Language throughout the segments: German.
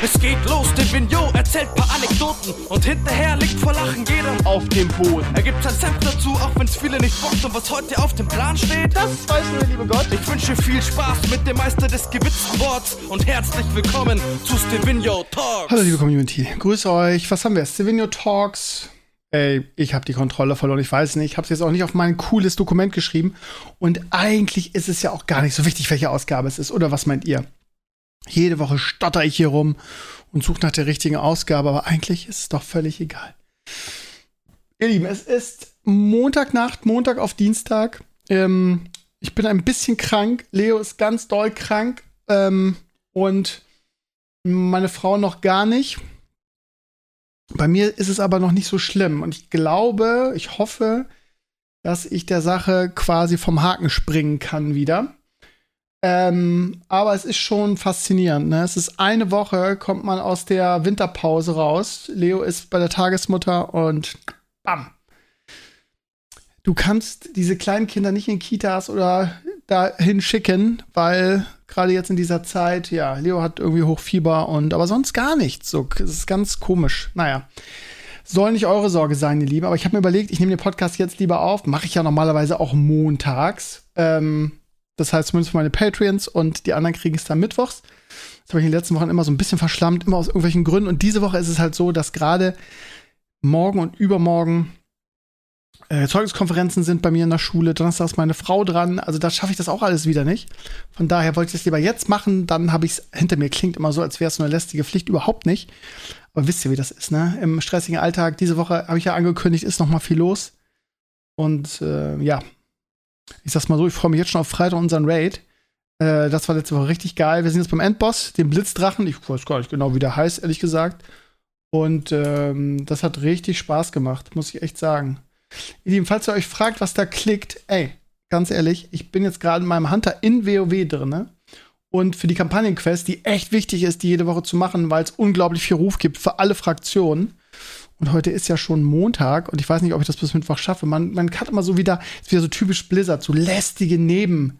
Es geht los, der Vignot erzählt paar Anekdoten und hinterher liegt vor Lachen jeder auf dem Boden. Er gibt sein Senf dazu, auch wenn's viele nicht bockt. Und was heute auf dem Plan steht, das weiß nur der liebe Gott. Ich wünsche viel Spaß mit dem Meister des gewitzten Worts und herzlich willkommen zu Stevino Talks. Hallo liebe Community, grüße euch. Was haben wir? Stevino Talks. Ey, ich habe die Kontrolle verloren, ich weiß nicht. Ich habe es jetzt auch nicht auf mein cooles Dokument geschrieben. Und eigentlich ist es ja auch gar nicht so wichtig, welche Ausgabe es ist. Oder was meint ihr? Jede Woche stotter ich hier rum und suche nach der richtigen Ausgabe. Aber eigentlich ist es doch völlig egal. Ihr Lieben, es ist Montagnacht, Montag auf Dienstag. Ich bin ein bisschen krank. Leo ist ganz doll krank. Und meine Frau noch gar nicht. Bei mir ist es aber noch nicht so schlimm. Und ich glaube, ich hoffe, dass ich der Sache quasi vom Haken springen kann wieder. Aber es ist schon faszinierend. Ne? Es ist eine Woche, kommt man aus der Winterpause raus. Leo ist bei der Tagesmutter und bam. Du kannst diese kleinen Kinder nicht in Kitas oder dahin schicken, weil gerade jetzt in dieser Zeit, ja, Leo hat irgendwie Hochfieber aber sonst gar nichts. So, das ist ganz komisch. Naja, soll nicht eure Sorge sein, ihr Lieben. Aber ich habe mir überlegt, ich nehme den Podcast jetzt lieber auf. Mache ich ja normalerweise auch montags. Das heißt zumindest für meine Patreons und die anderen kriegen es dann mittwochs. Das habe ich in den letzten Wochen immer so ein bisschen verschlammt, immer aus irgendwelchen Gründen. Und diese Woche ist es halt so, dass gerade morgen und übermorgen Zeugniskonferenzen sind bei mir in der Schule. Donnerstag ist meine Frau dran. Also da schaffe ich das auch alles wieder nicht. Von daher wollte ich das lieber jetzt machen. Dann habe ich es hinter mir. Klingt immer so, als wäre es so eine lästige Pflicht. Überhaupt nicht. Aber wisst ihr, wie das ist, ne? Im stressigen Alltag. Diese Woche habe ich ja angekündigt, ist noch mal viel los. Und ja, ich sag's mal so, ich freue mich jetzt schon auf Freitag unseren Raid. Das war letzte Woche richtig geil. Wir sind jetzt beim Endboss, dem Blitzdrachen. Ich weiß gar nicht genau, wie der heißt, ehrlich gesagt. Und das hat richtig Spaß gemacht, muss ich echt sagen. Falls ihr euch fragt, was da klickt, ey, ganz ehrlich, ich bin jetzt gerade in meinem Hunter in WoW drin, ne? Und für die Kampagnenquest, die echt wichtig ist, die jede Woche zu machen, weil es unglaublich viel Ruf gibt für alle Fraktionen. Und heute ist ja schon Montag und ich weiß nicht, ob ich das bis Mittwoch schaffe. Man hat immer so wieder, ist wieder so typisch Blizzard, so lästige Dinge,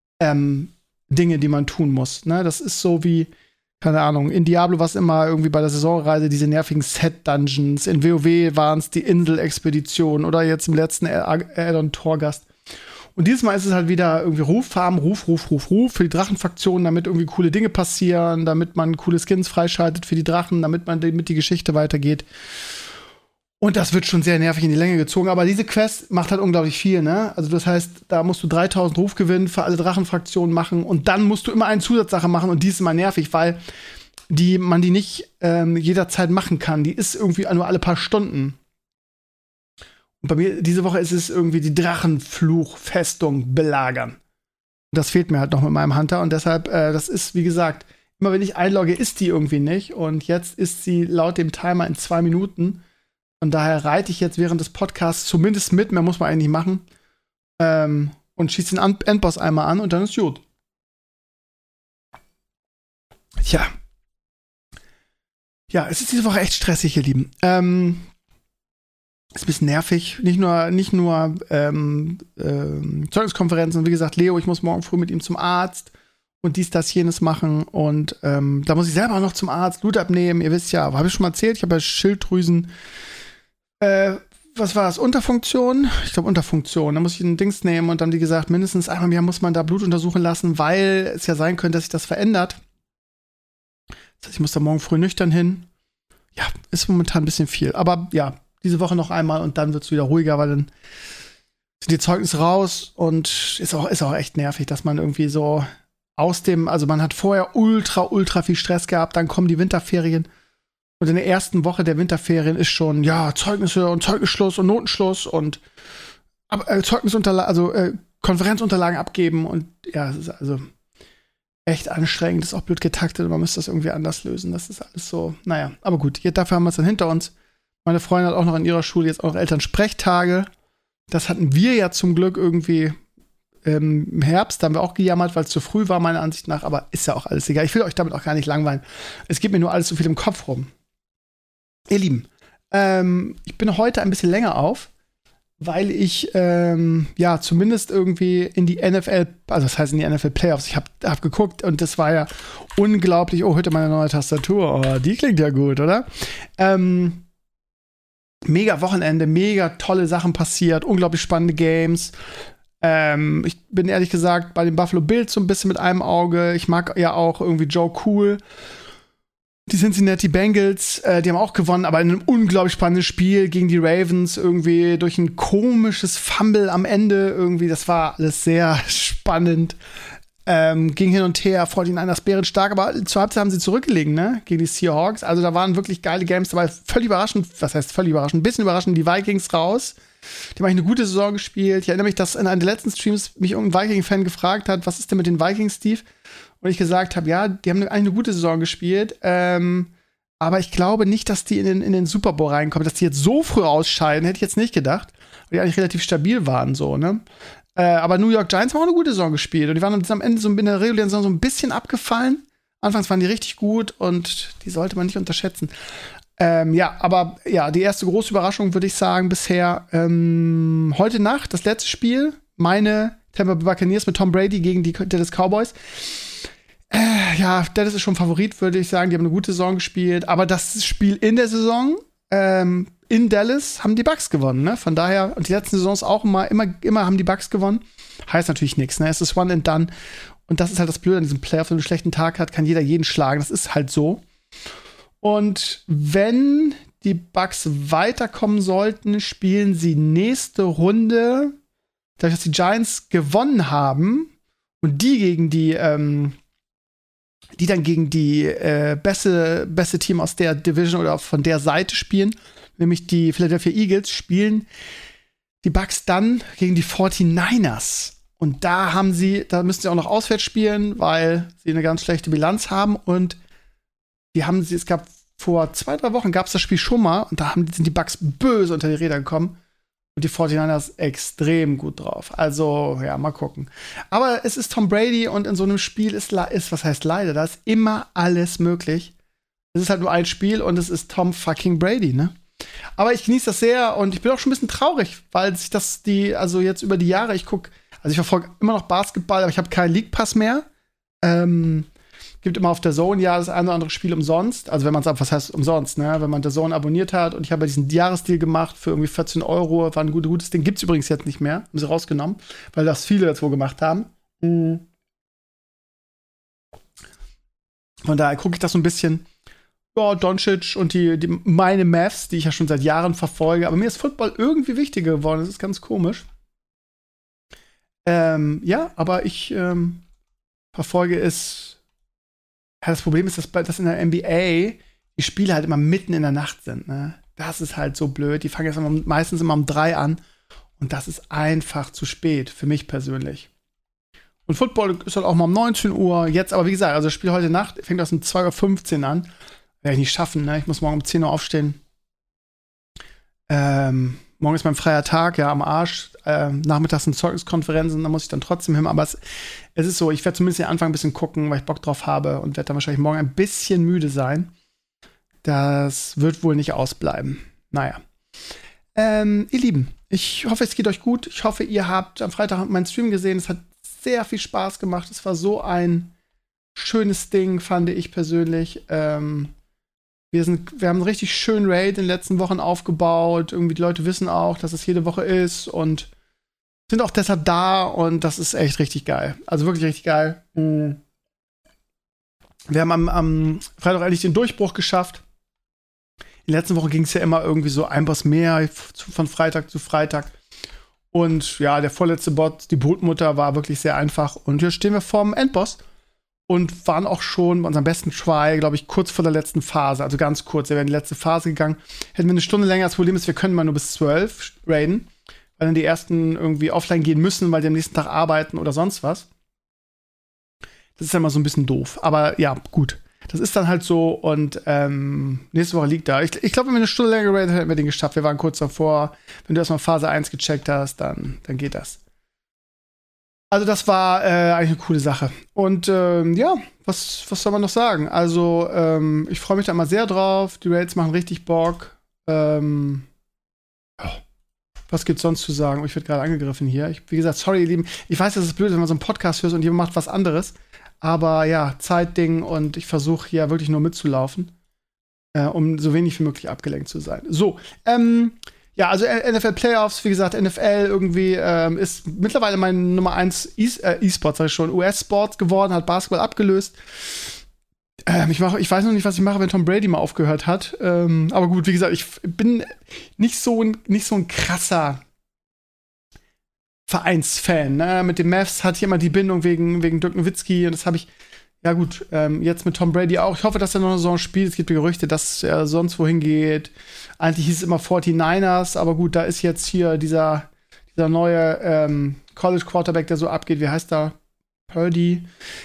die man tun muss, ne? Das ist so wie, keine Ahnung, in Diablo war es immer irgendwie bei der Saisonreise diese nervigen Set-Dungeons. In WoW waren es die Insel-Expedition oder jetzt im letzten Add-on Torghast. Und dieses Mal ist es halt wieder irgendwie Ruf für die Drachenfraktionen, damit irgendwie coole Dinge passieren, damit man coole Skins freischaltet für die Drachen, damit die Geschichte weitergeht. Und das wird schon sehr nervig in die Länge gezogen. Aber diese Quest macht halt unglaublich viel, ne? Also das heißt, da musst du 3000 Ruf gewinnen, für alle Drachenfraktionen machen. Und dann musst du immer eine Zusatzsache machen. Und die ist immer nervig, weil man die nicht jederzeit machen kann. Die ist irgendwie nur alle paar Stunden. Und bei mir diese Woche ist es irgendwie die Drachenfluchfestung belagern. Und das fehlt mir halt noch mit meinem Hunter. Und deshalb, das ist, wie gesagt, immer wenn ich einlogge, ist die irgendwie nicht. Und jetzt ist sie laut dem Timer in 2 Minuten. Und daher reite ich jetzt während des Podcasts zumindest mit, mehr muss man eigentlich machen, und schieße den Endboss einmal an und dann ist gut. Tja. Ja, es ist diese Woche echt stressig, ihr Lieben. Ist ein bisschen nervig. Nicht nur Zeugniskonferenzen. Wie gesagt, Leo, ich muss morgen früh mit ihm zum Arzt und dies, das, jenes machen. Und da muss ich selber noch zum Arzt Blut abnehmen. Ihr wisst ja, habe ich schon mal erzählt, ich habe ja Schilddrüsen. Was war das? Unterfunktion? Ich glaube, Unterfunktion. Da muss ich ein Dings nehmen und dann, wie gesagt, mindestens einmal im Jahr muss man da Blut untersuchen lassen, weil es ja sein könnte, dass sich das verändert. Das heißt, ich muss da morgen früh nüchtern hin. Ja, ist momentan ein bisschen viel. Aber ja, diese Woche noch einmal und dann wird es wieder ruhiger, weil dann sind die Zeugnisse raus und ist auch echt nervig, dass man irgendwie so also man hat vorher ultra viel Stress gehabt, dann kommen die Winterferien. Und in der ersten Woche der Winterferien ist schon, ja, Zeugnisse und Zeugnisschluss und Notenschluss und Konferenzunterlagen abgeben. Und ja, es ist also echt anstrengend, ist auch blöd getaktet und man müsste das irgendwie anders lösen. Das ist alles so, naja, aber gut, dafür haben wir es dann hinter uns. Meine Freundin hat auch noch in ihrer Schule jetzt auch noch Elternsprechtage. Das hatten wir ja zum Glück irgendwie im Herbst, da haben wir auch gejammert, weil es zu früh war, meiner Ansicht nach, aber ist ja auch alles egal. Ich will euch damit auch gar nicht langweilen. Es geht mir nur alles so viel im Kopf rum. Ihr Lieben, ich bin heute ein bisschen länger auf, weil ich ja zumindest irgendwie in die NFL, also das heißt in die NFL Playoffs, ich hab geguckt und das war ja unglaublich. Oh, heute meine neue Tastatur. Oh, die klingt ja gut, oder? Mega Wochenende, mega tolle Sachen passiert, unglaublich spannende Games. Ich bin ehrlich gesagt bei den Buffalo Bills so ein bisschen mit einem Auge. Ich mag ja auch irgendwie Joe Cool. Die Cincinnati Bengals, die haben auch gewonnen, aber in einem unglaublich spannenden Spiel gegen die Ravens irgendwie durch ein komisches Fumble am Ende irgendwie. Das war alles sehr spannend. Ging hin und her, 49ers bärenstark, aber zur Halbzeit haben sie zurückgelegen, ne? Gegen die Seahawks. Also da waren wirklich geile Games dabei. Völlig überraschend, was heißt völlig überraschend? Ein bisschen überraschend, die Vikings raus. Die haben eigentlich eine gute Saison gespielt. Ich erinnere mich, dass in einem der letzten Streams mich irgendein Viking-Fan gefragt hat, was ist denn mit den Vikings, Steve? Und ich gesagt habe, ja, die haben eigentlich eine gute Saison gespielt. Aber ich glaube nicht, dass die in den Super Bowl reinkommen. Dass die jetzt so früh ausscheiden, hätte ich jetzt nicht gedacht. Weil die eigentlich relativ stabil waren, so, ne? Aber New York Giants haben auch eine gute Saison gespielt. Und die waren am Ende so in der regulären Saison so ein bisschen abgefallen. Anfangs waren die richtig gut und die sollte man nicht unterschätzen. Ja, aber ja, die erste große Überraschung, würde ich sagen, bisher heute Nacht, das letzte Spiel, meine Tampa Bay Buccaneers mit Tom Brady gegen die Dallas Cowboys. Ja, Dallas ist schon Favorit, würde ich sagen. Die haben eine gute Saison gespielt. Aber das Spiel in der Saison in Dallas haben die Bucks gewonnen, ne? Von daher, und die letzten Saisons auch immer haben die Bucks gewonnen. Heißt natürlich nichts, ne? Es ist one and done. Und das ist halt das Blöde an diesem Playoff. Wenn du einen schlechten Tag hat, kann jeder jeden schlagen. Das ist halt so. Und wenn die Bucks weiterkommen sollten, spielen sie nächste Runde, dadurch, dass die Giants gewonnen haben und die gegen die dann gegen die beste Team aus der Division oder von der Seite spielen, nämlich die Philadelphia Eagles, spielen die Bucks dann gegen die 49ers. Und da müssen sie auch noch auswärts spielen, weil sie eine ganz schlechte Bilanz haben. Und es gab vor 2-3 Wochen gab es das Spiel schon mal und da sind die Bucks böse unter die Räder gekommen. Und die 49ers extrem gut drauf. Also, ja, mal gucken. Aber es ist Tom Brady und in so einem Spiel ist was heißt leider, da ist immer alles möglich. Es ist halt nur ein Spiel und es ist Tom fucking Brady, ne? Aber ich genieße das sehr und ich bin auch schon ein bisschen traurig, weil sich also jetzt über die Jahre, ich verfolge immer noch Basketball, aber ich habe keinen League Pass mehr. Gibt immer auf der Zone ja das eine oder andere Spiel umsonst. Also wenn man es was heißt umsonst, ne? Wenn man der Zone abonniert hat und ich habe diesen Jahresdeal gemacht für irgendwie 14 €, war ein gutes Ding. Gibt's übrigens jetzt nicht mehr. Haben sie rausgenommen, weil das viele jetzt wohl gemacht haben. Von daher gucke ich das so ein bisschen. Ja, Doncic und meine Mavs, die ich ja schon seit Jahren verfolge. Aber mir ist Football irgendwie wichtiger geworden. Das ist ganz komisch. Ja, aber ich verfolge es. Ja, das Problem ist, dass in der NBA die Spiele halt immer mitten in der Nacht sind. Ne? Das ist halt so blöd. Die fangen jetzt meistens immer um 3 an. Und das ist einfach zu spät, für mich persönlich. Und Football ist halt auch mal um 19 Uhr. Jetzt, aber wie gesagt, also das Spiel heute Nacht fängt das um 2:15 Uhr an. Werde ich nicht schaffen, ne? Ich muss morgen um 10 Uhr aufstehen. Morgen ist mein freier Tag, ja, am Arsch. Nachmittags sind Zeugniskonferenzen, da muss ich dann trotzdem hin. Aber es ist so, ich werde zumindest den Anfang ein bisschen gucken, weil ich Bock drauf habe und werde dann wahrscheinlich morgen ein bisschen müde sein. Das wird wohl nicht ausbleiben. Naja. Ihr Lieben, ich hoffe, es geht euch gut. Ich hoffe, ihr habt am Freitag meinen Stream gesehen. Es hat sehr viel Spaß gemacht. Es war so ein schönes Ding, fand ich persönlich. Wir haben einen richtig schönen Raid in den letzten Wochen aufgebaut. Irgendwie die Leute wissen auch, dass es jede Woche ist und sind auch deshalb da und das ist echt richtig geil. Also wirklich richtig geil. Wir haben am Freitag endlich den Durchbruch geschafft. In der letzten Woche ging es ja immer irgendwie so ein Boss mehr von Freitag zu Freitag. Und ja, der vorletzte Bot, die Brutmutter, war wirklich sehr einfach. Und hier stehen wir vorm Endboss. Und waren auch schon bei unserem besten Try, glaube ich, kurz vor der letzten Phase. Also ganz kurz. Wir wären in die letzte Phase gegangen. Hätten wir eine Stunde länger. Das Problem ist, wir können mal nur bis 12 raiden. Weil dann die ersten irgendwie offline gehen müssen, weil die am nächsten Tag arbeiten oder sonst was. Das ist ja immer so ein bisschen doof. Aber ja, gut. Das ist dann halt so. Und nächste Woche liegt da. Ich glaube, wenn wir eine Stunde länger geradet hätten wir den geschafft. Wir waren kurz davor. Wenn du erstmal Phase 1 gecheckt hast, dann geht das. Also das war eigentlich eine coole Sache. Und ja, was soll man noch sagen? Also ich freue mich da immer sehr drauf. Die Raids machen richtig Bock. Ja. Was gibt's sonst zu sagen? Ich werde gerade angegriffen hier. Wie gesagt, sorry, ihr Lieben. Ich weiß, das ist blöd, wenn man so einen Podcast hört und jemand macht was anderes. Aber ja, Zeitding und ich versuche hier wirklich nur mitzulaufen, um so wenig wie möglich abgelenkt zu sein. So, ja, also NFL Playoffs, wie gesagt, NFL irgendwie ist mittlerweile mein Nummer 1 E-Sport, sag ich schon, US-Sport geworden, hat Basketball abgelöst. Ich weiß noch nicht, was ich mache, wenn Tom Brady mal aufgehört hat. Aber gut, wie gesagt, ich bin nicht so ein krasser Vereinsfan. Ne? Mit den Mavs hatte ich immer die Bindung wegen Dirk Nowitzki und das habe ich, ja gut, jetzt mit Tom Brady auch. Ich hoffe, dass er noch eine Saison spielt. Es gibt Gerüchte, dass er sonst wohin geht. Eigentlich hieß es immer 49ers, aber gut, da ist jetzt hier dieser neue College-Quarterback, der so abgeht. Wie heißt der? Purdy.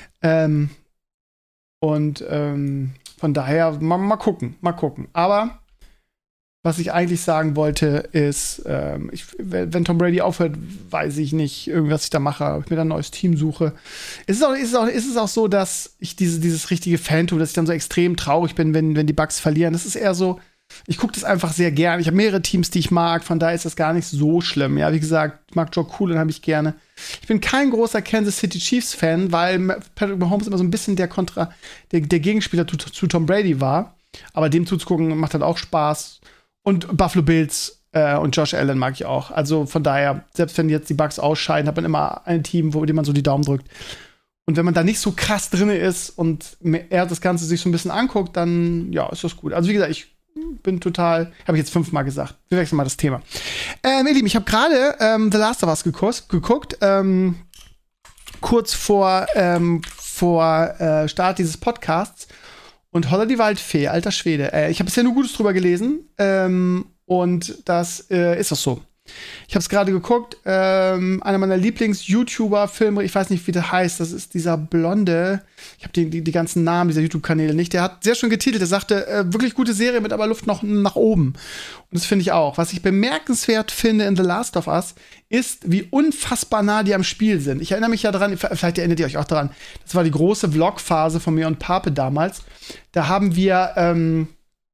Und von daher, mal gucken. Aber was ich eigentlich sagen wollte, ist, wenn Tom Brady aufhört, weiß ich nicht, was ich da mache, ob ich mir dann ein neues Team suche. Ist es auch so, dass ich dieses richtige Fantum, dass ich dann so extrem traurig bin, wenn die Bucks verlieren. Das ist eher so, ich gucke das einfach sehr gern. Ich habe mehrere Teams, die ich mag, von daher ist das gar nicht so schlimm. Ja, wie gesagt, ich mag Joe Cool, den habe ich gerne. Ich bin kein großer Kansas City Chiefs-Fan, weil Patrick Mahomes immer so ein bisschen der Gegenspieler zu Tom Brady war. Aber dem zuzugucken macht halt auch Spaß. Und Buffalo Bills und Josh Allen mag ich auch. Also von daher, selbst wenn jetzt die Bucks ausscheiden, hat man immer ein Team, dem man so die Daumen drückt. Und wenn man da nicht so krass drin ist und er das Ganze sich so ein bisschen anguckt, dann ja, ist das gut. Also wie gesagt, ich bin total, habe ich jetzt 5-mal gesagt. Wir wechseln mal das Thema. Ihr Lieben, ich habe gerade The Last of Us geguckt, kurz vor Start dieses Podcasts. Und Holla die Waldfee, alter Schwede. Ich habe bisher nur Gutes drüber gelesen. Und das ist auch so. Ich habe es gerade geguckt. Einer meiner Lieblings-YouTuber-Filme, ich weiß nicht, wie der heißt. Das ist dieser Blonde. Ich habe die ganzen Namen dieser YouTube-Kanäle nicht. Der hat sehr schön getitelt. Der sagte, wirklich gute Serie mit aber Luft noch nach oben. Und das finde ich auch. Was ich bemerkenswert finde in The Last of Us, ist, wie unfassbar nah die am Spiel sind. Ich erinnere mich ja daran, vielleicht erinnert ihr euch auch daran, das war die große Vlog-Phase von mir und Pape damals. Da haben wir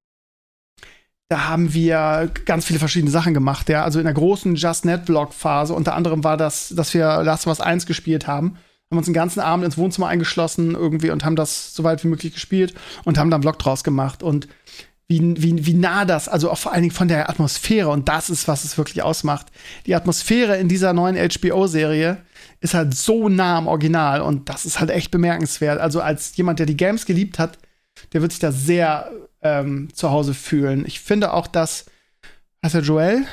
ganz viele verschiedene Sachen gemacht, ja. Also in der großen JustNet-Vlog-Phase, unter anderem war das, dass wir Last of Us 1 gespielt haben. Haben uns den ganzen Abend ins Wohnzimmer eingeschlossen irgendwie und haben das so weit wie möglich gespielt und haben dann einen Vlog draus gemacht. Und wie nah das, also auch vor allen Dingen von der Atmosphäre, und das ist, was es wirklich ausmacht. Die Atmosphäre in dieser neuen HBO-Serie ist halt so nah am Original und das ist halt echt bemerkenswert. Also als jemand, der die Games geliebt hat, der wird sich da sehr zu Hause fühlen. Ich finde auch, dass heißt er Joel,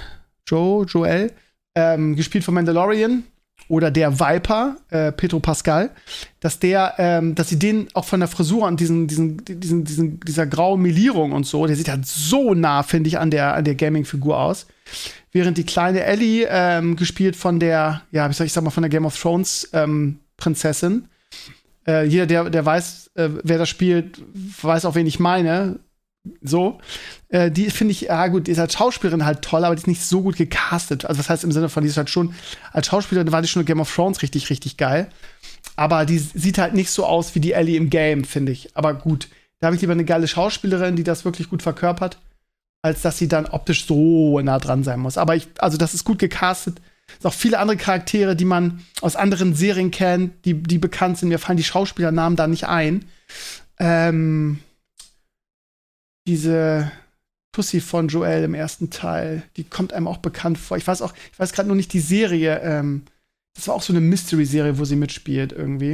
gespielt von Mandalorian oder der Viper, Pedro Pascal, dass sie den auch von der Frisur und dieser grauen Melierung und so, der sieht halt so nah, finde ich, an der Gaming-Figur aus. Während die kleine Ellie, gespielt von der, ja, ich sag mal, von der Game of Thrones Prinzessin, jeder, der weiß, wer das spielt, weiß auch, wen ich meine. So, die finde ich, ja gut, die ist als Schauspielerin halt toll, aber die ist nicht so gut gecastet. Also was heißt im Sinne von, die ist halt schon, als Schauspielerin war die schon in Game of Thrones richtig, richtig geil. Aber die sieht halt nicht so aus wie die Ellie im Game, finde ich. Aber gut, da habe ich lieber eine geile Schauspielerin, die das wirklich gut verkörpert, als dass sie dann optisch so nah dran sein muss. Aber also das ist gut gecastet. Es sind auch viele andere Charaktere, die man aus anderen Serien kennt, die bekannt sind. Mir fallen die Schauspielernamen da nicht ein. Diese Tussi von Joel im ersten Teil, die kommt einem auch bekannt vor. Ich weiß gerade nur nicht die Serie. Das war auch so eine Mystery-Serie, wo sie mitspielt irgendwie.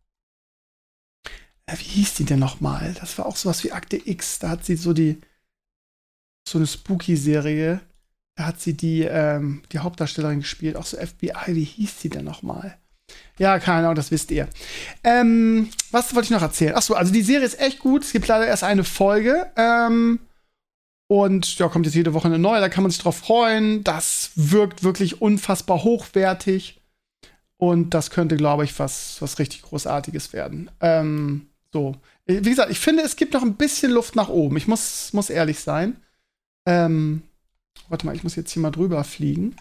Wie hieß die denn noch mal? Das war auch sowas wie Akte X. Da hat sie so eine Spooky-Serie. Da hat sie die Hauptdarstellerin gespielt. Auch so FBI. Wie hieß die denn noch mal? Ja, keine Ahnung, das wisst ihr. Was wollte ich noch erzählen? Achso, also die Serie ist echt gut. Es gibt leider erst eine Folge. Und ja, kommt jetzt jede Woche eine neue. Da kann man sich drauf freuen. Das wirkt wirklich unfassbar hochwertig. Und das könnte, glaube ich, was richtig Großartiges werden. So. Wie gesagt, ich finde, es gibt noch ein bisschen Luft nach oben. Ich muss ehrlich sein. Warte mal, ich muss jetzt hier mal drüber fliegen.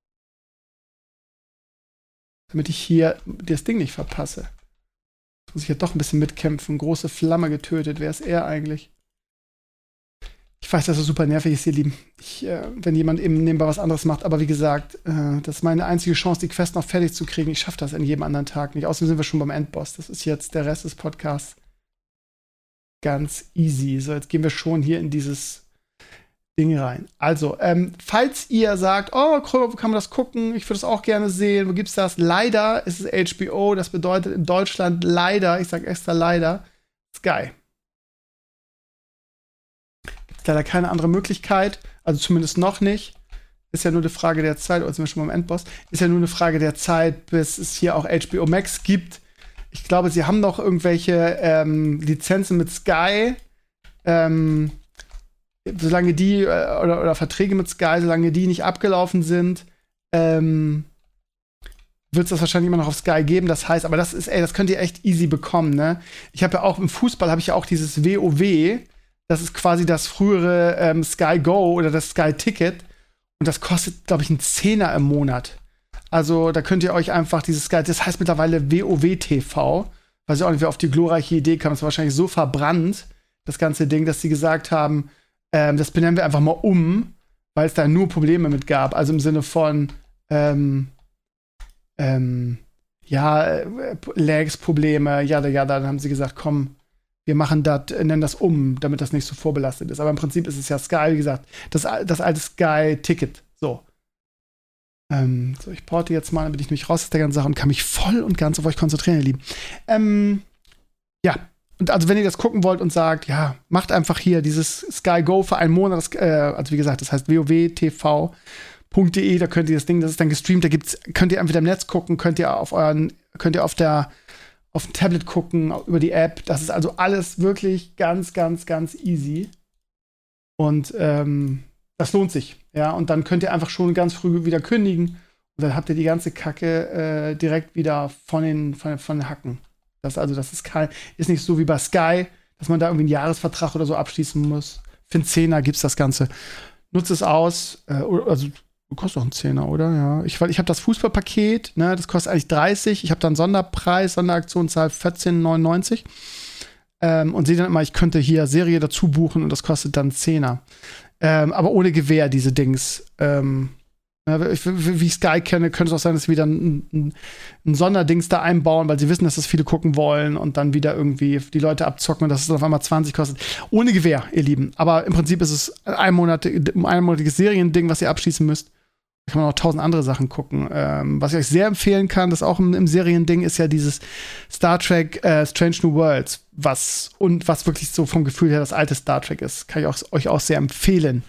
Damit ich hier das Ding nicht verpasse. Jetzt muss ich ja doch ein bisschen mitkämpfen. Große Flamme getötet. Wer ist er eigentlich? Ich weiß, dass es super nervig ist, ihr Lieben. Wenn jemand eben nebenbei was anderes macht. Aber wie gesagt, das ist meine einzige Chance, die Quest noch fertig zu kriegen. Ich schaffe das an jedem anderen Tag nicht. Außerdem sind wir schon beim Endboss. Das ist jetzt der Rest des Podcasts. Ganz easy. So, jetzt gehen wir schon hier in dieses Ding rein. Also, falls ihr sagt, oh, wo kann man das gucken? Ich würde es auch gerne sehen. Wo gibt's das? Leider ist es HBO. Das bedeutet in Deutschland leider, ich sage extra leider, Sky. Gibt leider keine andere Möglichkeit, also zumindest noch nicht. Ist ja nur eine Frage der Zeit, oder sind wir schon beim Endboss, ist ja nur eine Frage der Zeit, bis es hier auch HBO Max gibt. Ich glaube, sie haben noch irgendwelche Lizenzen mit Sky, solange die, oder Verträge mit Sky, solange die nicht abgelaufen sind, wird es das wahrscheinlich immer noch auf Sky geben. Das heißt, aber das könnt ihr echt easy bekommen, ne? Ich habe ja auch im Fußball, habe ich ja auch dieses WoW. Das ist quasi das frühere Sky Go oder das Sky Ticket. Und das kostet, glaube ich, einen Zehner im Monat. Also, da könnt ihr euch einfach dieses Sky, das heißt mittlerweile WoW TV. Weiß ich auch nicht, wer auf die glorreiche Idee kam. Das war wahrscheinlich so verbrannt, das ganze Ding, dass sie gesagt haben, das benennen wir einfach mal um, weil es da nur Probleme mit gab. Also im Sinne von, Lags, Probleme, dann haben sie gesagt, komm, wir machen das, nennen das um, damit das nicht so vorbelastet ist. Aber im Prinzip ist es ja Sky, wie gesagt, das alte Sky-Ticket. So. So, ich porte jetzt mal, damit ich mich raus aus der ganzen Sache und kann mich voll und ganz auf euch konzentrieren, ihr Lieben. Ja, und also wenn ihr das gucken wollt und sagt, ja, macht einfach hier dieses Sky Go für einen Monat, also wie gesagt, das heißt wowtv.de, da könnt ihr das Ding, das ist dann gestreamt, könnt ihr entweder im Netz gucken, könnt ihr auf dem Tablet gucken, über die App. Das ist also alles wirklich ganz, ganz, ganz easy. Und das lohnt sich. Ja, und dann könnt ihr einfach schon ganz früh wieder kündigen. Und dann habt ihr die ganze Kacke direkt wieder von den Hacken. Das ist nicht so wie bei Sky, dass man da irgendwie einen Jahresvertrag oder so abschließen muss. Für einen Zehner gibt's das Ganze. Nutzt es aus. Also kostet doch einen Zehner, oder? Ja. Ich habe das Fußballpaket, ne, das kostet eigentlich 30. Ich habe dann Sonderpreis, Sonderaktionszahl 14,99. Und sehe dann immer, ich könnte hier Serie dazu buchen und das kostet dann 10er. Aber ohne Gewähr, diese Dings. Wie ich Sky kenne, könnte es auch sein, dass sie wieder ein Sonderdings da einbauen, weil sie wissen, dass das viele gucken wollen und dann wieder irgendwie die Leute abzocken und dass es dann auf einmal 20 kostet. Ohne Gewähr, ihr Lieben. Aber im Prinzip ist es ein einmonatiges Seriending, was ihr abschließen müsst. Da kann man noch 1000 andere Sachen gucken. Was ich euch sehr empfehlen kann, das auch im Seriending, ist ja dieses Star Trek Strange New Worlds, was wirklich so vom Gefühl her das alte Star Trek ist. Kann ich euch auch sehr empfehlen.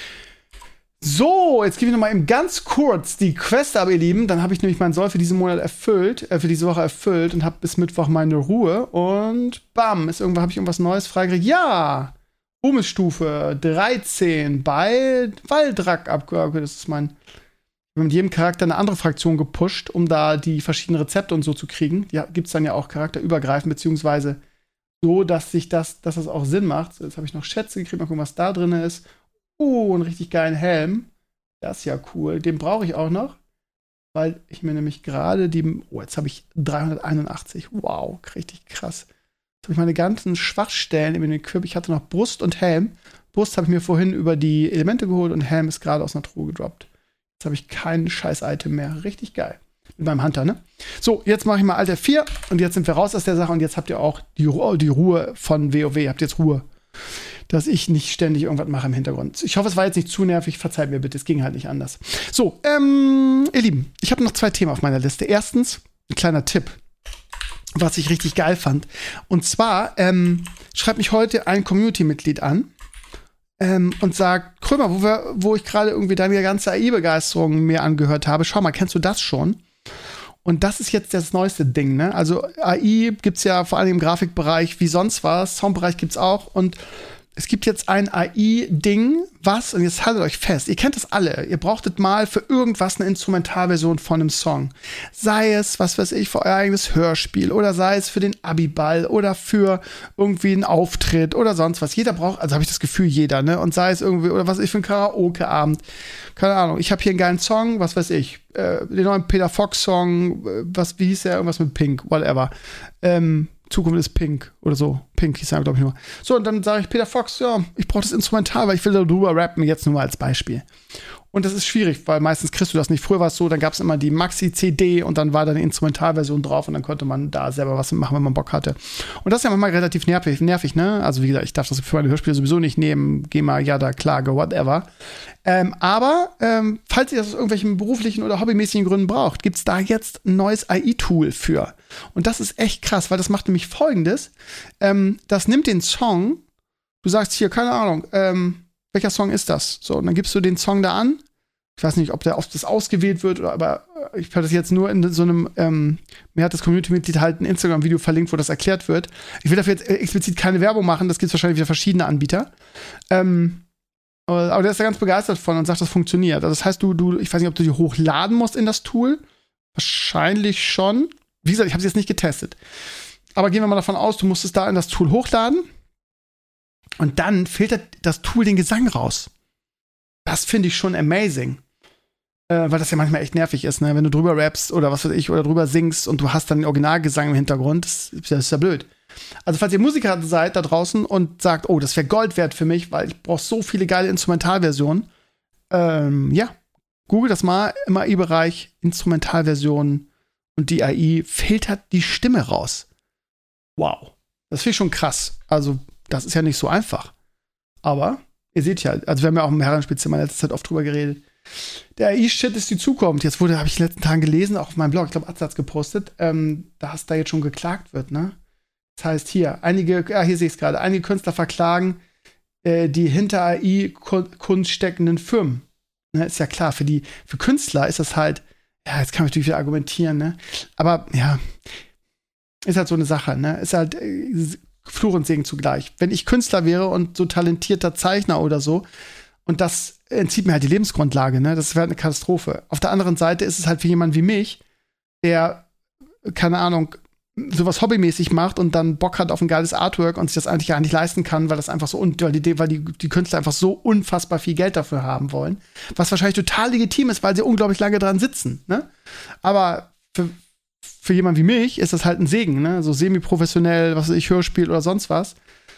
So, jetzt gebe ich noch mal eben ganz kurz die Quest ab, ihr Lieben. Dann habe ich nämlich meinen Soll für diesen Monat erfüllt, für diese Woche erfüllt und habe bis Mittwoch meine Ruhe. Und bam, habe ich irgendwas Neues freigekriegt. Ja! Ruhmesstufe 13 bei Waldrak abgeordnet. Das ist mein. Ich habe mit jedem Charakter eine andere Fraktion gepusht, um da die verschiedenen Rezepte und so zu kriegen. Die gibt es dann ja auch charakterübergreifend, beziehungsweise so, dass das auch Sinn macht. So, jetzt habe ich noch Schätze gekriegt, mal gucken, was da drin ist. Einen richtig geilen Helm. Das ist ja cool. Den brauche ich auch noch, weil ich mir nämlich gerade jetzt habe ich 381. Wow, richtig krass. Jetzt habe ich meine ganzen Schwachstellen in den Equip. Ich hatte noch Brust und Helm. Brust habe ich mir vorhin über die Elemente geholt und Helm ist gerade aus einer Truhe gedroppt. Jetzt habe ich kein Scheiß-Item mehr. Richtig geil. Mit meinem Hunter, ne? So, jetzt mache ich mal Alter 4 und jetzt sind wir raus aus der Sache und jetzt habt ihr auch die Ruhe von WoW. Ihr habt jetzt Ruhe. Dass ich nicht ständig irgendwas mache im Hintergrund. Ich hoffe, es war jetzt nicht zu nervig. Verzeiht mir bitte, es ging halt nicht anders. So, ihr Lieben, ich habe noch 2 Themen auf meiner Liste. Erstens, ein kleiner Tipp, was ich richtig geil fand. Und zwar schreibt mich heute ein Community-Mitglied an und sagt, Krömer, wo ich gerade irgendwie deine ganze AI-Begeisterung mir angehört habe, schau mal, kennst du das schon? Und das ist jetzt das neueste Ding, ne? Also AI gibt's ja vor allem im Grafikbereich wie sonst was, Soundbereich gibt's auch und es gibt jetzt ein AI-Ding, und jetzt haltet euch fest, ihr kennt das alle, ihr brauchtet mal für irgendwas eine Instrumentalversion von einem Song. Sei es, was weiß ich, für euer eigenes Hörspiel oder sei es für den Abiball oder für irgendwie einen Auftritt oder sonst was. Jeder braucht, also habe ich das Gefühl, jeder, ne? Und sei es irgendwie, oder was weiß ich, für einen Karaoke-Abend. Keine Ahnung, ich habe hier einen geilen Song, was weiß ich, den neuen Peter Fox-Song, wie hieß der, irgendwas mit Pink, whatever. Zukunft ist Pink oder so. Pink hieß er, glaube ich nur. So, und dann sage ich Peter Fox, ja, ich brauche das Instrumental, weil ich will darüber rappen, jetzt nur mal als Beispiel. Und das ist schwierig, weil meistens kriegst du das nicht. Früher war es so, dann gab es immer die Maxi-CD und dann war da eine Instrumentalversion drauf und dann konnte man da selber was machen, wenn man Bock hatte. Und das ist ja manchmal relativ nervig, ne? Also wie gesagt, ich darf das für meine Hörspiele sowieso nicht nehmen. GEMA, Jada, Klage, whatever. Aber falls ihr das aus irgendwelchen beruflichen oder hobbymäßigen Gründen braucht, gibt es da jetzt ein neues AI-Tool für. Und das ist echt krass, weil das macht nämlich Folgendes. Das nimmt den Song, du sagst hier, keine Ahnung, welcher Song ist das? So, und dann gibst du den Song da an. Ich weiß nicht, ob das ausgewählt wird, aber ich habe das jetzt nur in so einem, mir hat das Community-Mitglied halt ein Instagram-Video verlinkt, wo das erklärt wird. Ich will dafür jetzt explizit keine Werbung machen, das gibt es wahrscheinlich wieder verschiedene Anbieter. Aber der ist da ganz begeistert von und sagt, das funktioniert. Also das heißt, ich weiß nicht, ob du die hochladen musst in das Tool. Wahrscheinlich schon. Wie gesagt, ich habe es jetzt nicht getestet. Aber gehen wir mal davon aus, du musst es da in das Tool hochladen. Und dann filtert das Tool den Gesang raus. Das finde ich schon amazing. Weil das ja manchmal echt nervig ist, ne? Wenn du drüber rappst oder was weiß ich, oder drüber singst und du hast dann den Originalgesang im Hintergrund, das ist ja blöd. Also falls ihr Musiker seid da draußen und sagt, oh, das wäre Gold wert für mich, weil ich brauche so viele geile Instrumentalversionen, ja, google das mal im AI-Bereich, Instrumentalversionen und die AI filtert die Stimme raus. Wow. Das finde ich schon krass. Also das ist ja nicht so einfach. Aber ihr seht ja, also wir haben ja auch im Herrenspielzimmer in letzter Zeit oft drüber geredet. Der AI-Shit ist die Zukunft. Jetzt habe ich in den letzten Tagen gelesen, auch auf meinem Blog, ich glaube, Atze hat's gepostet, dass da jetzt schon geklagt wird, ne? Das heißt hier, hier sehe ich es gerade, einige Künstler verklagen die hinter AI-Kunst steckenden Firmen. Ne? Ist ja klar, für Künstler ist das halt, ja, jetzt kann man natürlich wieder argumentieren, ne? Aber ja, ist halt so eine Sache, ne? Ist halt Fluch und Segen zugleich. Wenn ich Künstler wäre und so talentierter Zeichner oder so, und das entzieht mir halt die Lebensgrundlage, ne? Das wäre eine Katastrophe. Auf der anderen Seite ist es halt für jemanden wie mich, der, keine Ahnung, sowas hobbymäßig macht und dann Bock hat auf ein geiles Artwork und sich das eigentlich gar nicht leisten kann, weil das einfach so, weil die Künstler einfach so unfassbar viel Geld dafür haben wollen. Was wahrscheinlich total legitim ist, weil sie unglaublich lange dran sitzen, ne? Aber für jemanden wie mich ist das halt ein Segen, ne? So semi-professionell, was weiß ich, Hörspiel oder sonst was.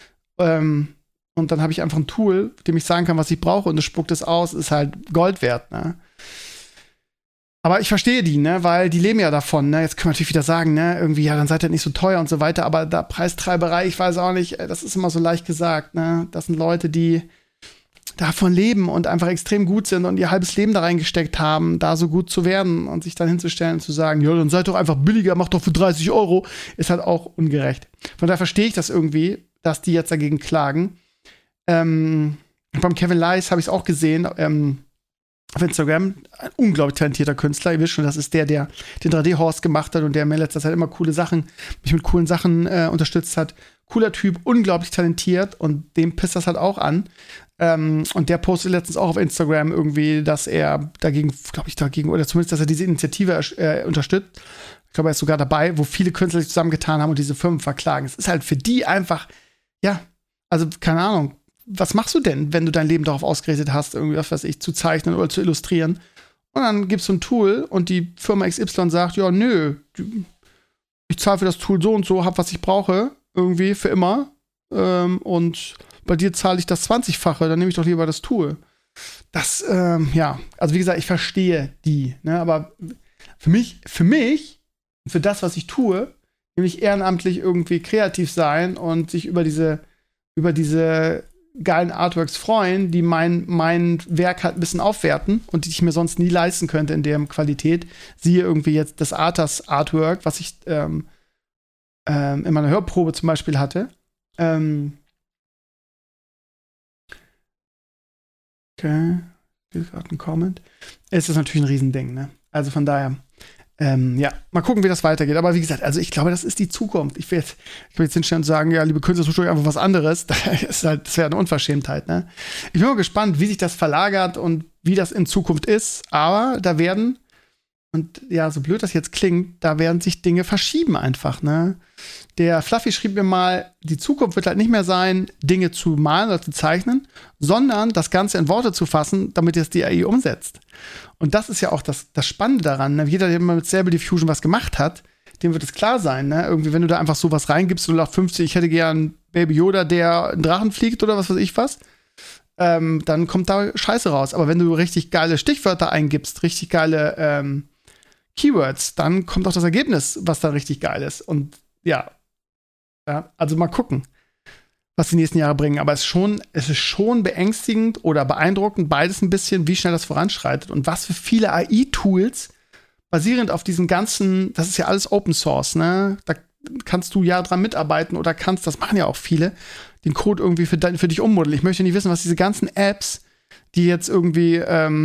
Und dann habe ich einfach ein Tool, dem ich sagen kann, was ich brauche und es spuckt es aus, ist halt Gold wert, ne? Aber ich verstehe die, ne, weil die leben ja davon, ne? Jetzt können wir natürlich wieder sagen, ne, irgendwie, ja, dann seid ihr nicht so teuer und so weiter, aber da Preistreiberei, ich weiß auch nicht, das ist immer so leicht gesagt, ne? Das sind Leute, die davon leben und einfach extrem gut sind und ihr halbes Leben da reingesteckt haben, da so gut zu werden und sich dann hinzustellen und zu sagen, ja, dann seid doch einfach billiger, macht doch für 30 €, ist halt auch ungerecht. Von daher verstehe ich das irgendwie, dass die jetzt dagegen klagen. Beim Kevin Leis habe ich es auch gesehen, auf Instagram, ein unglaublich talentierter Künstler. Ihr wisst schon, das ist der den 3D-Horse gemacht hat und der mir in letzter Zeit immer mich mit coolen Sachen unterstützt hat. Cooler Typ, unglaublich talentiert und dem pisst das halt auch an. Und der postet letztens auch auf Instagram irgendwie, dass er dagegen, oder zumindest, dass er diese Initiative unterstützt. Ich glaube, er ist sogar dabei, wo viele Künstler sich zusammengetan haben und diese Firmen verklagen. Es ist halt für die einfach, ja, also keine Ahnung, was machst du denn, wenn du dein Leben darauf ausgerichtet hast, irgendwie, was weiß ich, zu zeichnen oder zu illustrieren? Und dann gibst du ein Tool und die Firma XY sagt, ja, nö, ich zahle für das Tool so und so, hab, was ich brauche, irgendwie für immer. Und bei dir zahle ich das 20-fache, dann nehme ich doch lieber das Tool. Das, ja, also wie gesagt, ich verstehe die, ne, aber für mich, für das, was ich tue, nämlich ehrenamtlich irgendwie kreativ sein und sich über diese geilen Artworks freuen, die mein Werk halt ein bisschen aufwerten und die ich mir sonst nie leisten könnte in der Qualität. Siehe irgendwie jetzt das Arthas Artwork, was ich in meiner Hörprobe zum Beispiel hatte. Okay, hier ist gerade ein Comment. Es ist natürlich ein Riesending, ne? Also von daher, ja, mal gucken, wie das weitergeht. Aber wie gesagt, also ich glaube, das ist die Zukunft. Ich will jetzt hinstellen und sagen, ja, liebe Künstler, sucht euch einfach was anderes. Das wäre eine Unverschämtheit, ne? Ich bin mal gespannt, wie sich das verlagert und wie das in Zukunft ist. Aber da werden, und ja, so blöd das jetzt klingt, da werden sich Dinge verschieben einfach, ne? Der Fluffy schrieb mir mal, die Zukunft wird halt nicht mehr sein, Dinge zu malen oder zu zeichnen, sondern das Ganze in Worte zu fassen, damit es die AI umsetzt. Und das ist ja auch das Spannende daran. Ne? Jeder, der mal mit Stable Diffusion was gemacht hat, dem wird es klar sein, ne? Irgendwie, wenn du da einfach sowas reingibst, 0850, ich hätte gern Baby Yoda, der einen Drachen fliegt oder was weiß ich was, dann kommt da Scheiße raus. Aber wenn du richtig geile Stichwörter eingibst, richtig geile Keywords, dann kommt auch das Ergebnis, was da richtig geil ist. Und ja, also mal gucken, was die nächsten Jahre bringen. Aber es ist schon beängstigend oder beeindruckend, beides ein bisschen, wie schnell das voranschreitet und was für viele AI-Tools basierend auf diesen ganzen, das ist ja alles Open Source, ne? Da kannst du ja dran mitarbeiten oder das machen ja auch viele, den Code irgendwie für dich ummodeln. Ich möchte nicht wissen, was diese ganzen Apps, die jetzt irgendwie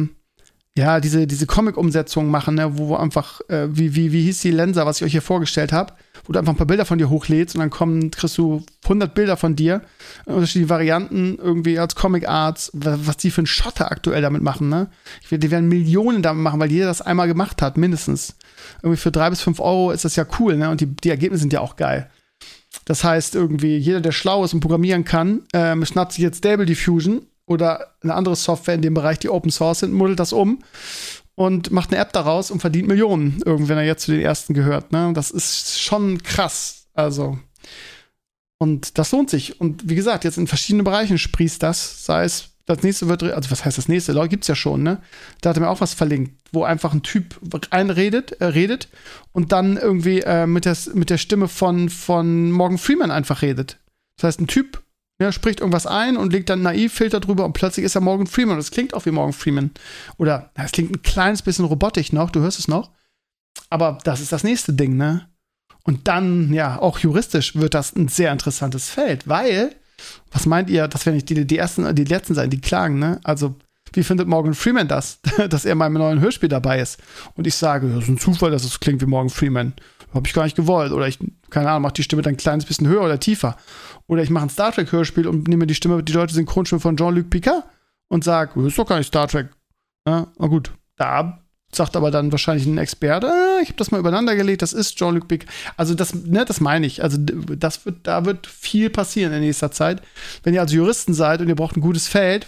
diese Comic-Umsetzungen machen, ne, wo einfach, wie hieß die Lensa, was ich euch hier vorgestellt habe, wo du einfach ein paar Bilder von dir hochlädst und dann kriegst du 100 Bilder von dir, unterschiedliche Varianten irgendwie als Comic-Arts, was die für einen Schotter aktuell damit machen, ne? Die werden Millionen damit machen, weil jeder das einmal gemacht hat, mindestens. Irgendwie für 3 bis 5 Euro ist das ja cool, ne? Und die Ergebnisse sind ja auch geil. Das heißt, irgendwie jeder, der schlau ist und programmieren kann, schnappt sich jetzt Stable Diffusion oder eine andere Software in dem Bereich, die Open Source sind, modelt das um und macht eine App daraus und verdient Millionen, wenn er jetzt zu den ersten gehört. Ne? Das ist schon krass. Also, und das lohnt sich. Und wie gesagt, jetzt in verschiedenen Bereichen sprießt das. Sei es, das nächste wird, also was heißt das nächste? Gibt's ja schon, ne? Da hat er mir auch was verlinkt, wo einfach ein Typ redet und dann irgendwie mit der Stimme von Morgan Freeman einfach redet. Das heißt, ein Typ spricht irgendwas ein und legt dann Naiv-Filter drüber und plötzlich ist er Morgan Freeman. Das klingt auch wie Morgan Freeman. Oder es klingt ein kleines bisschen robotisch noch, du hörst es noch. Aber das ist das nächste Ding, ne? Und dann, ja, auch juristisch wird das ein sehr interessantes Feld, weil, was meint ihr, das werden nicht die letzten sein, die klagen, ne? Also, wie findet Morgan Freeman das, dass er in meinem neuen Hörspiel dabei ist? Und ich sage, das ist ein Zufall, dass es klingt wie Morgan Freeman. Habe ich gar nicht gewollt. Oder ich, keine Ahnung, mache die Stimme dann ein kleines bisschen höher oder tiefer. Oder ich mache ein Star Trek-Hörspiel und nehme die deutsche Synchronstimme von Jean-Luc Picard und sage, das ist doch gar nicht Star Trek. Ja, na gut, da sagt aber dann wahrscheinlich ein Experte, ich habe das mal übereinander gelegt, das ist Jean-Luc Picard. Also das meine ich. Also da wird viel passieren in nächster Zeit. Wenn ihr also Juristen seid und ihr braucht ein gutes Feld,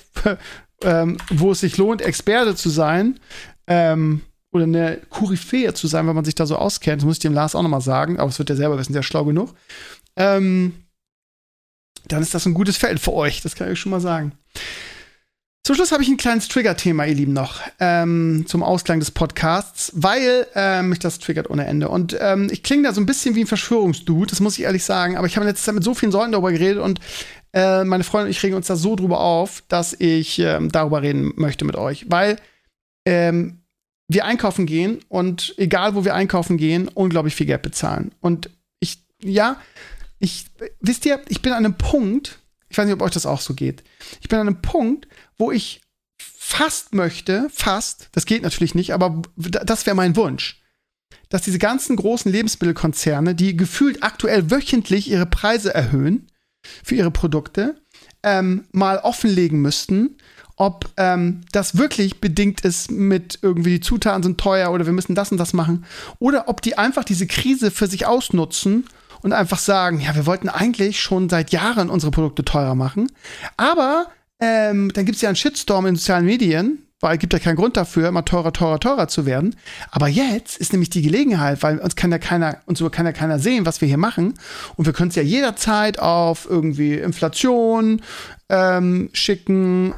wo es sich lohnt, Experte zu sein, oder eine Koryphäe zu sein, wenn man sich da so auskennt, das muss ich dem Lars auch noch mal sagen, aber es wird er selber wissen, der ist schlau genug, dann ist das ein gutes Feld für euch, das kann ich euch schon mal sagen. Zum Schluss habe ich ein kleines Trigger-Thema, ihr Lieben, noch zum Ausklang des Podcasts, weil mich das triggert ohne Ende. Und ich klinge da so ein bisschen wie ein Verschwörungsdude, das muss ich ehrlich sagen, aber ich habe in letzter Zeit mit so vielen Leuten darüber geredet und meine Freunde und ich regen uns da so drüber auf, dass ich darüber reden möchte mit euch, weil wir einkaufen gehen und egal, wo wir einkaufen gehen, unglaublich viel Geld bezahlen. Und wisst ihr, ich bin an einem Punkt, ich weiß nicht, ob euch das auch so geht, ich bin an einem Punkt, wo ich fast, das geht natürlich nicht, aber das wäre mein Wunsch, dass diese ganzen großen Lebensmittelkonzerne, die gefühlt aktuell wöchentlich ihre Preise erhöhen für ihre Produkte, mal offenlegen müssten, ob das wirklich bedingt ist mit irgendwie die Zutaten sind teuer oder wir müssen das und das machen. Oder ob die einfach diese Krise für sich ausnutzen und einfach sagen, ja, wir wollten eigentlich schon seit Jahren unsere Produkte teurer machen. Aber dann gibt es ja einen Shitstorm in sozialen Medien, weil es gibt ja keinen Grund dafür, immer teurer zu werden. Aber jetzt ist nämlich die Gelegenheit, weil uns kann ja keiner sehen, was wir hier machen. Und wir können es ja jederzeit auf irgendwie Inflation schieben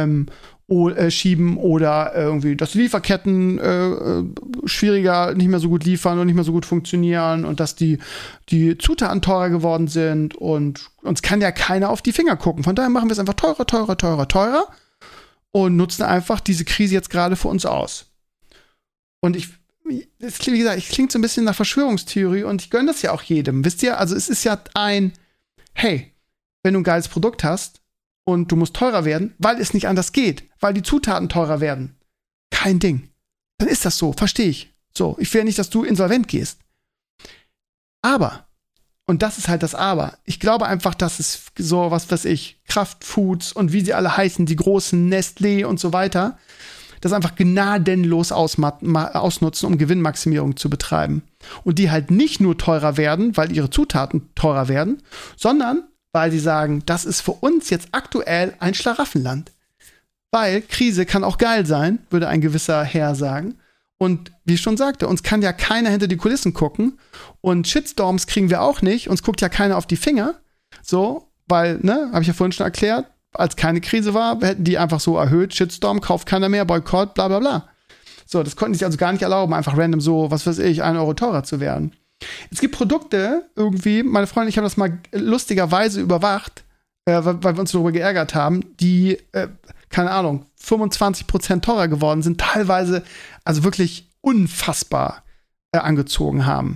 oder irgendwie, dass die Lieferketten schwieriger, nicht mehr so gut liefern und nicht mehr so gut funktionieren und dass die Zutaten teurer geworden sind und uns kann ja keiner auf die Finger gucken. Von daher machen wir es einfach teurer und nutzen einfach diese Krise jetzt gerade für uns aus. Und wie gesagt, ich klingt so ein bisschen nach Verschwörungstheorie und ich gönne das ja auch jedem. Wisst ihr, also es ist ja hey, wenn du ein geiles Produkt hast und du musst teurer werden, weil es nicht anders geht, weil die Zutaten teurer werden. Kein Ding. Dann ist das so, verstehe ich. So, ich will nicht, dass du insolvent gehst. Aber, und das ist halt das Aber, ich glaube einfach, dass es so, was weiß ich, Kraftfoods und wie sie alle heißen, die großen Nestlé und so weiter, das einfach gnadenlos ausnutzen, um Gewinnmaximierung zu betreiben. Und die halt nicht nur teurer werden, weil ihre Zutaten teurer werden, sondern weil sie sagen, das ist für uns jetzt aktuell ein Schlaraffenland. Weil Krise kann auch geil sein, würde ein gewisser Herr sagen. Und wie ich schon sagte, uns kann ja keiner hinter die Kulissen gucken. Und Shitstorms kriegen wir auch nicht. Uns guckt ja keiner auf die Finger. So, weil, ne, habe ich ja vorhin schon erklärt, als keine Krise war, hätten die einfach so erhöht, Shitstorm, kauft keiner mehr, Boykott, bla bla bla. So, das konnten die sich also gar nicht erlauben, einfach random so, was weiß ich, 1 Euro teurer zu werden. Es gibt Produkte irgendwie, meine Freunde, ich habe das mal lustigerweise überwacht, weil wir uns darüber geärgert haben, die, keine Ahnung, 25% teurer geworden sind, teilweise also wirklich unfassbar angezogen haben.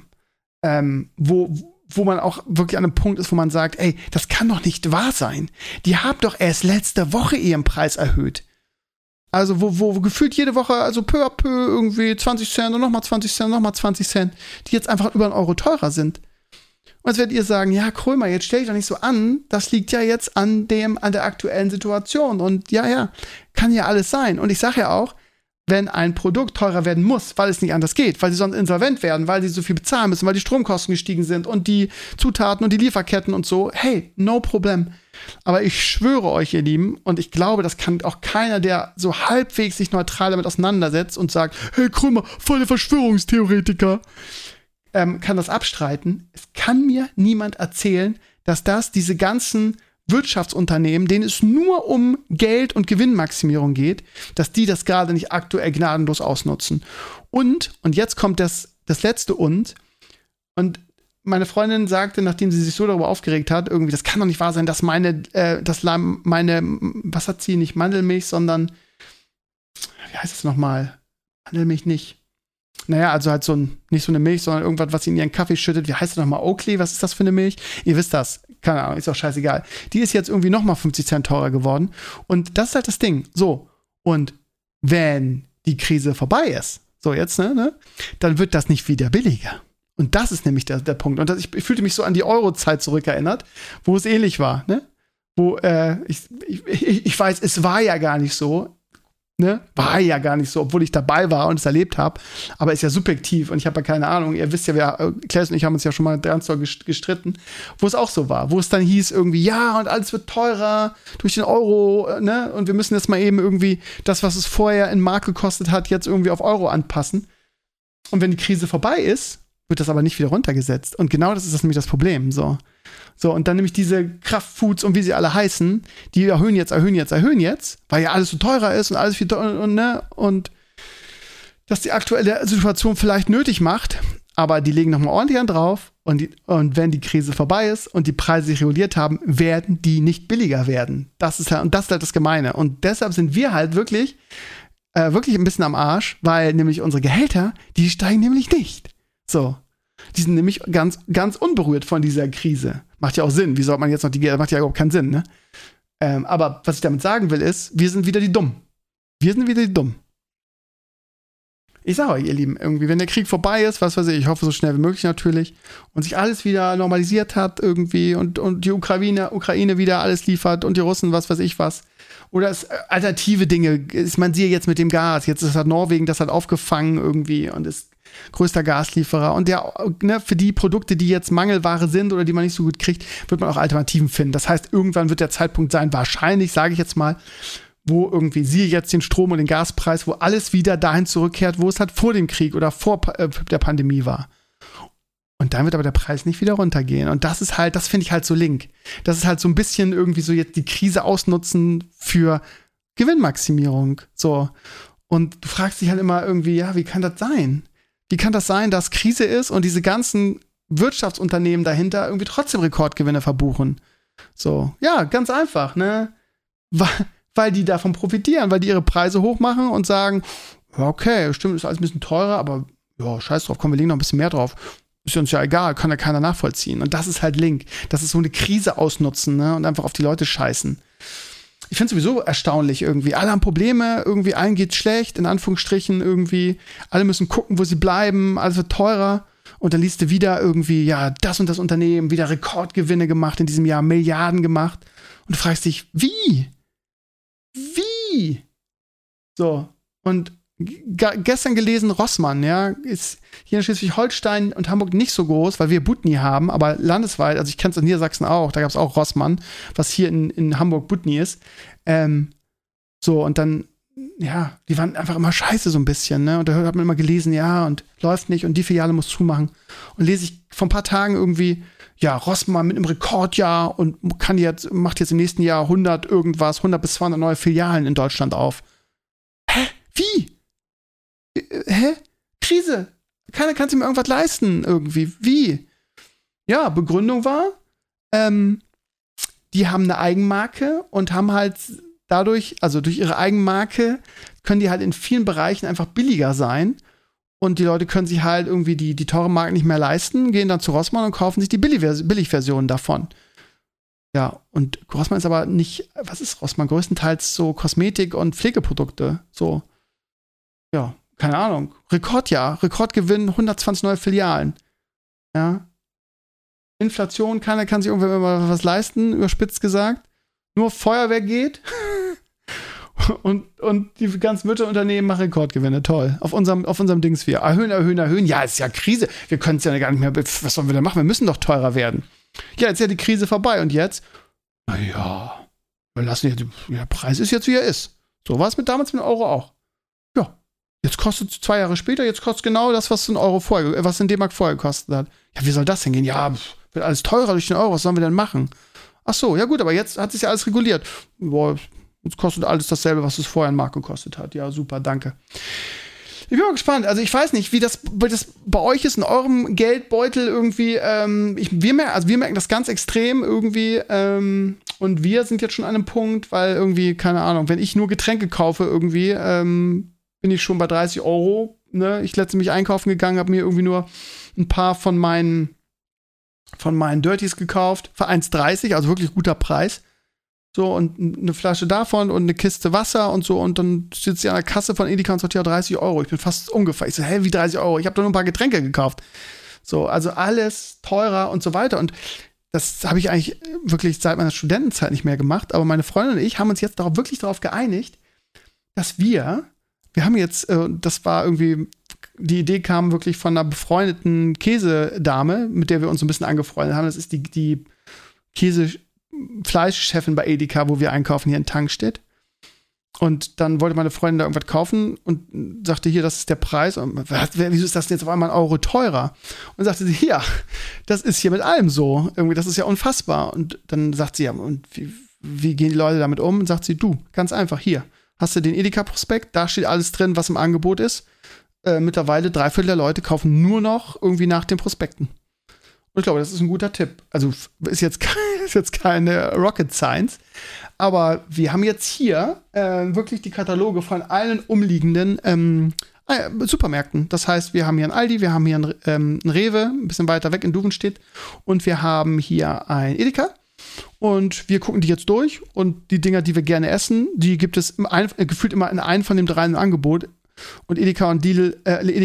Wo man auch wirklich an einem Punkt ist, wo man sagt, ey, das kann doch nicht wahr sein. Die haben doch erst letzte Woche ihren Preis erhöht. Also wo gefühlt jede Woche, also peu à peu irgendwie 20 Cent und nochmal 20 Cent, nochmal 20 Cent, die jetzt einfach über 1 Euro teurer sind. Und jetzt werdet ihr sagen, ja, Krömer, jetzt stell dich doch nicht so an, das liegt ja jetzt an der aktuellen Situation. Und ja, kann ja alles sein. Und ich sage ja auch, wenn ein Produkt teurer werden muss, weil es nicht anders geht, weil sie sonst insolvent werden, weil sie so viel bezahlen müssen, weil die Stromkosten gestiegen sind und die Zutaten und die Lieferketten und so, hey, no problem. Aber ich schwöre euch, ihr Lieben, und ich glaube, das kann auch keiner, der so halbwegs sich neutral damit auseinandersetzt und sagt, hey Krömer, voll der Verschwörungstheoretiker, kann das abstreiten. Es kann mir niemand erzählen, dass diese ganzen Wirtschaftsunternehmen, denen es nur um Geld und Gewinnmaximierung geht, dass die das gerade nicht aktuell gnadenlos ausnutzen. Und jetzt kommt das letzte und meine Freundin sagte, nachdem sie sich so darüber aufgeregt hat, irgendwie, das kann doch nicht wahr sein, dass meine, was hat sie, nicht Mandelmilch, sondern, wie heißt es nochmal? Mandelmilch nicht. Naja, also halt nicht so eine Milch, sondern irgendwas, was sie in ihren Kaffee schüttet. Wie heißt das nochmal? Oakley, was ist das für eine Milch? Ihr wisst das. Keine Ahnung, ist auch scheißegal. Die ist jetzt irgendwie nochmal 50 Cent teurer geworden. Und das ist halt das Ding. So, und wenn die Krise vorbei ist, so jetzt, ne, dann wird das nicht wieder billiger. Und das ist nämlich der Punkt. Und ich fühlte mich so an die Euro-Zeit zurückerinnert, wo es ähnlich war, ne? Wo, ich weiß, es war ja gar nicht so, ne? War ja gar nicht so, obwohl ich dabei war und es erlebt habe. Aber ist ja subjektiv und ich habe ja keine Ahnung. Ihr wisst ja, Klaas und ich haben uns ja schon mal ganz doll gestritten, wo es auch so war. Wo es dann hieß irgendwie, ja, und alles wird teurer durch den Euro, ne? Und wir müssen jetzt mal eben irgendwie das, was es vorher in Mark gekostet hat, jetzt irgendwie auf Euro anpassen. Und wenn die Krise vorbei ist, wird das aber nicht wieder runtergesetzt. Und genau das ist nämlich das Problem. So, und dann nämlich diese Kraftfoods und wie sie alle heißen, die erhöhen jetzt, weil ja alles so teurer ist und alles viel teurer und dass die aktuelle Situation vielleicht nötig macht, aber die legen nochmal ordentlich an drauf und wenn die Krise vorbei ist und die Preise sich reguliert haben, werden die nicht billiger werden. Das ist halt das Gemeine. Und deshalb sind wir halt wirklich ein bisschen am Arsch, weil nämlich unsere Gehälter, die steigen nämlich nicht. So. Die sind nämlich ganz, ganz unberührt von dieser Krise. Macht ja auch Sinn. Wie soll man jetzt noch macht ja überhaupt keinen Sinn, ne? Aber was ich damit sagen will, ist, wir sind wieder die Dummen. Ich sage euch, ihr Lieben, irgendwie, wenn der Krieg vorbei ist, was weiß ich hoffe so schnell wie möglich natürlich, und sich alles wieder normalisiert hat irgendwie und die Ukraine wieder alles liefert und die Russen, was weiß ich was. Oder es alternative Dinge, man sieht jetzt mit dem Gas, jetzt ist halt Norwegen das hat aufgefangen irgendwie und ist größter Gaslieferer und für die Produkte, die jetzt Mangelware sind oder die man nicht so gut kriegt, wird man auch Alternativen finden. Das heißt, irgendwann wird der Zeitpunkt sein, wahrscheinlich, sage ich jetzt mal, wo irgendwie siehe jetzt den Strom- und den Gaspreis, wo alles wieder dahin zurückkehrt, wo es halt vor dem Krieg oder vor der Pandemie war. Und dann wird aber der Preis nicht wieder runtergehen. Und das ist halt, das finde ich halt so link. Das ist halt so ein bisschen irgendwie so jetzt die Krise ausnutzen für Gewinnmaximierung. So. Und du fragst dich halt immer irgendwie, ja, wie kann das sein? Wie kann das sein, dass Krise ist und diese ganzen Wirtschaftsunternehmen dahinter irgendwie trotzdem Rekordgewinne verbuchen? So, ja, ganz einfach, ne? Weil die davon profitieren, weil die ihre Preise hochmachen und sagen, ja, okay, stimmt, ist alles ein bisschen teurer, aber ja, scheiß drauf, komm, wir legen noch ein bisschen mehr drauf. Ist uns ja egal, kann ja keiner nachvollziehen. Und das ist halt Link. Das ist so eine Krise ausnutzen, ne? Und einfach auf die Leute scheißen. Ich finde es sowieso erstaunlich irgendwie. Alle haben Probleme, irgendwie allen geht's schlecht, in Anführungsstrichen irgendwie. Alle müssen gucken, wo sie bleiben, alles wird teurer. Und dann liest du wieder irgendwie, ja, das und das Unternehmen, wieder Rekordgewinne gemacht in diesem Jahr, Milliarden gemacht. Und du fragst dich, wie? So, und gestern gelesen, Rossmann, ja, ist hier in Schleswig-Holstein und Hamburg nicht so groß, weil wir Butni haben, aber landesweit, also ich kenne es in Niedersachsen auch, da gab es auch Rossmann, was hier in Hamburg Butni ist. So, und dann ja, die waren einfach immer scheiße so ein bisschen, ne? Und da hat man immer gelesen, ja, und läuft nicht und die Filiale muss zumachen. Und lese ich vor ein paar Tagen irgendwie, ja, Rossmann mit einem Rekordjahr und macht jetzt im nächsten Jahr 100 bis 200 neue Filialen in Deutschland auf. Hä? Wie? Hä? Krise. Keiner kann sich mir irgendwas leisten irgendwie. Wie? Ja, Begründung war, die haben eine Eigenmarke und haben halt dadurch, also durch ihre Eigenmarke, können die halt in vielen Bereichen einfach billiger sein. Und die Leute können sich halt irgendwie die teuren Marken nicht mehr leisten, gehen dann zu Rossmann und kaufen sich die Billigversion davon. Ja, und Rossmann ist aber nicht, was ist Rossmann? Größtenteils so Kosmetik und Pflegeprodukte. So, ja, keine Ahnung. Rekordgewinn, 120 neue Filialen. Ja. Inflation, keiner kann sich irgendwann mal was leisten, überspitzt gesagt. Nur Feuerwehr geht. Und die ganzen Mütterunternehmen machen Rekordgewinne. Toll. Auf unserem Dings wir. Erhöhen. Ja, ist ja Krise. Wir können es ja gar nicht mehr. Was sollen wir denn machen? Wir müssen doch teurer werden. Ja, jetzt ist ja die Krise vorbei. Und jetzt? Naja, wir lassen jetzt, der Preis ist jetzt, wie er ist. So war es damals mit Euro auch. Ja. Jetzt kostet es 2 Jahre später, jetzt kostet genau das, was was in D-Mark vorher gekostet hat. Ja, wie soll das denn gehen? Ja, wird alles teurer durch den Euro. Was sollen wir denn machen? Ach so, ja gut, aber jetzt hat sich ja alles reguliert. Boah, jetzt kostet alles dasselbe, was es vorher in Mark gekostet hat. Ja, super, danke. Ich bin mal gespannt. Also ich weiß nicht, wie das bei euch ist, in eurem Geldbeutel irgendwie. Wir merken das ganz extrem irgendwie. Und wir sind jetzt schon an einem Punkt, weil irgendwie, keine Ahnung, wenn ich nur Getränke kaufe irgendwie, bin ich schon bei 30 Euro. Ne? Ich letztens mich einkaufen gegangen, habe mir irgendwie nur ein paar von meinen Dirties gekauft. Für 1,30, also wirklich guter Preis. So, und eine Flasche davon und eine Kiste Wasser und so. Und dann sitzt sie an der Kasse von Edeka und sagt, ja, 30 Euro. Ich bin fast umgefallen. Ich so, hä, wie 30 Euro? Ich habe doch nur ein paar Getränke gekauft. So, also alles teurer und so weiter. Und das habe ich eigentlich wirklich seit meiner Studentenzeit nicht mehr gemacht. Aber meine Freundin und ich haben uns jetzt wirklich darauf geeinigt, dass wir haben jetzt, das war irgendwie, die Idee kam wirklich von einer befreundeten Käsedame, mit der wir uns so ein bisschen angefreundet haben. Das ist die Fleischchefin bei Edeka, wo wir einkaufen, hier in Tankstedt. Und dann wollte meine Freundin da irgendwas kaufen und sagte, hier, das ist der Preis. Und wieso ist das denn jetzt auf einmal 1 Euro teurer? Und sagte sie, ja, das ist hier mit allem so. Irgendwie, das ist ja unfassbar. Und dann sagt sie, ja, und wie gehen die Leute damit um? Und sagt sie, du, ganz einfach, hier, hast du den Edeka-Prospekt, da steht alles drin, was im Angebot ist. Mittlerweile 3/4 der Leute kaufen nur noch irgendwie nach den Prospekten. Und ich glaube, das ist ein guter Tipp. Also ist jetzt keine Rocket Science, aber wir haben jetzt hier wirklich die Kataloge von allen umliegenden Supermärkten. Das heißt, wir haben hier einen Aldi, wir haben hier einen Rewe, ein bisschen weiter weg in Duvenstedt, und wir haben hier ein Edeka. Und wir gucken die jetzt durch, und die Dinger, die wir gerne essen, die gibt es gefühlt immer in einem von den 3 im Angebot. Und Edeka und Lidl,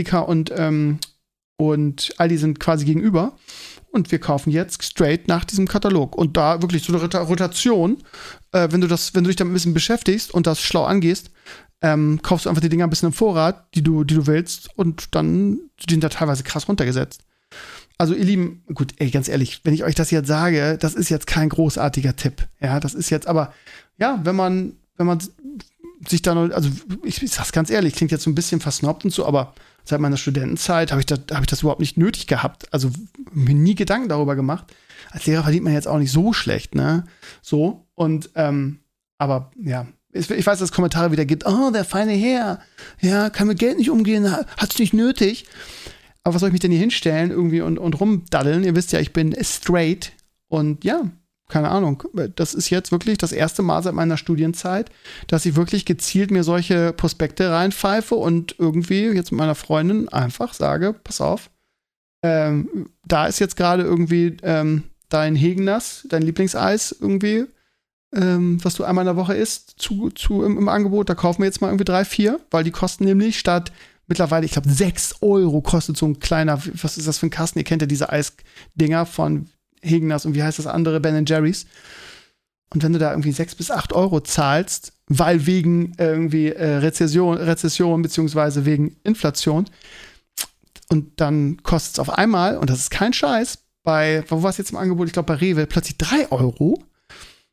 und Aldi sind quasi gegenüber. Und wir kaufen jetzt straight nach diesem Katalog. Und da wirklich so eine Rotation, wenn du dich damit ein bisschen beschäftigst und das schlau angehst, kaufst du einfach die Dinger ein bisschen im Vorrat, die du willst, und dann sind da teilweise krass runtergesetzt. Also ihr Lieben, gut, ey, ganz ehrlich, wenn ich euch das jetzt sage, das ist jetzt kein großartiger Tipp. Ja, das ist jetzt aber, ja, wenn man sich dann, also ich sag's ganz ehrlich, klingt jetzt so ein bisschen versnobbt und so, aber seit meiner Studentenzeit habe ich das überhaupt nicht nötig gehabt. Also mir nie Gedanken darüber gemacht. Als Lehrer verdient man jetzt auch nicht so schlecht, ne? So, und, aber ja, ich weiß, dass es Kommentare wieder gibt, oh, der feine Herr, ja, kann mit Geld nicht umgehen, hat's nicht nötig. Aber was soll ich mich denn hier hinstellen irgendwie und rumdaddeln? Ihr wisst ja, ich bin straight, und ja, keine Ahnung. Das ist jetzt wirklich das erste Mal seit meiner Studienzeit, dass ich wirklich gezielt mir solche Prospekte reinpfeife und irgendwie jetzt mit meiner Freundin einfach sage, pass auf, da ist jetzt gerade irgendwie dein Hegeners, dein Lieblingseis irgendwie, was du einmal in der Woche isst, im Angebot. Da kaufen wir jetzt mal irgendwie 3, 4, weil die kosten nämlich statt mittlerweile, ich glaube, 6 Euro kostet so ein kleiner, was ist das für ein Kasten? Ihr kennt ja diese Eisdinger von Hegeners und wie heißt das andere? Ben & Jerry's. Und wenn du da irgendwie 6 bis 8 Euro zahlst, weil wegen irgendwie Rezession beziehungsweise wegen Inflation, und dann kostet es auf einmal, und das ist kein Scheiß, wo war es jetzt im Angebot? Ich glaube, bei Rewe plötzlich 3 Euro.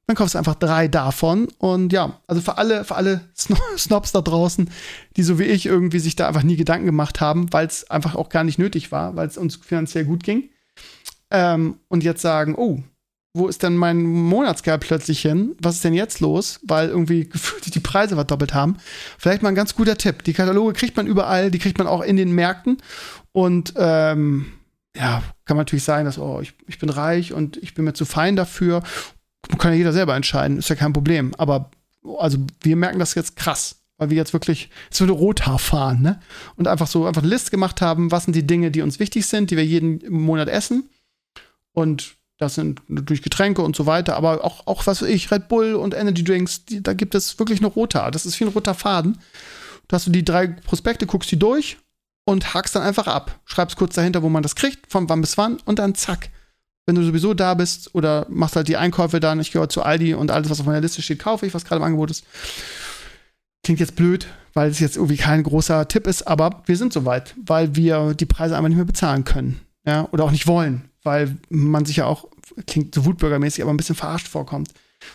dann kaufst du einfach 3 davon. Und ja, also für alle Snobs da draußen, die so wie ich irgendwie sich da einfach nie Gedanken gemacht haben, weil es einfach auch gar nicht nötig war, weil es uns finanziell gut ging. Und jetzt sagen, oh, wo ist denn mein Monatsgehalt plötzlich hin? Was ist denn jetzt los? Weil irgendwie gefühlt die Preise verdoppelt haben. Vielleicht mal ein ganz guter Tipp. Die Kataloge kriegt man überall, die kriegt man auch in den Märkten. Und ja, kann man natürlich sagen, dass ich bin reich und ich bin mir zu fein dafür. Kann ja jeder selber entscheiden, ist ja kein Problem. Aber also wir merken das jetzt krass, weil wir jetzt wirklich so eine Rothaar fahren, ne? Und einfach eine Liste gemacht haben, was sind die Dinge, die uns wichtig sind, die wir jeden Monat essen. Und das sind durch Getränke und so weiter, aber auch was weiß ich, Red Bull und Energy Drinks, da gibt es wirklich eine Rothaar. Das ist wie ein roter Faden. Da hast du die 3 Prospekte, guckst die durch und hakst dann einfach ab. Schreibst kurz dahinter, wo man das kriegt, von wann bis wann und dann zack. Wenn du sowieso da bist oder machst halt die Einkäufe dann, ich gehe zu Aldi und alles, was auf meiner Liste steht, kaufe ich, was gerade im Angebot ist. Klingt jetzt blöd, weil es jetzt irgendwie kein großer Tipp ist, aber wir sind soweit, weil wir die Preise einfach nicht mehr bezahlen können. Ja, oder auch nicht wollen, weil man sich ja auch, klingt so wutbürgermäßig, aber ein bisschen verarscht vorkommt.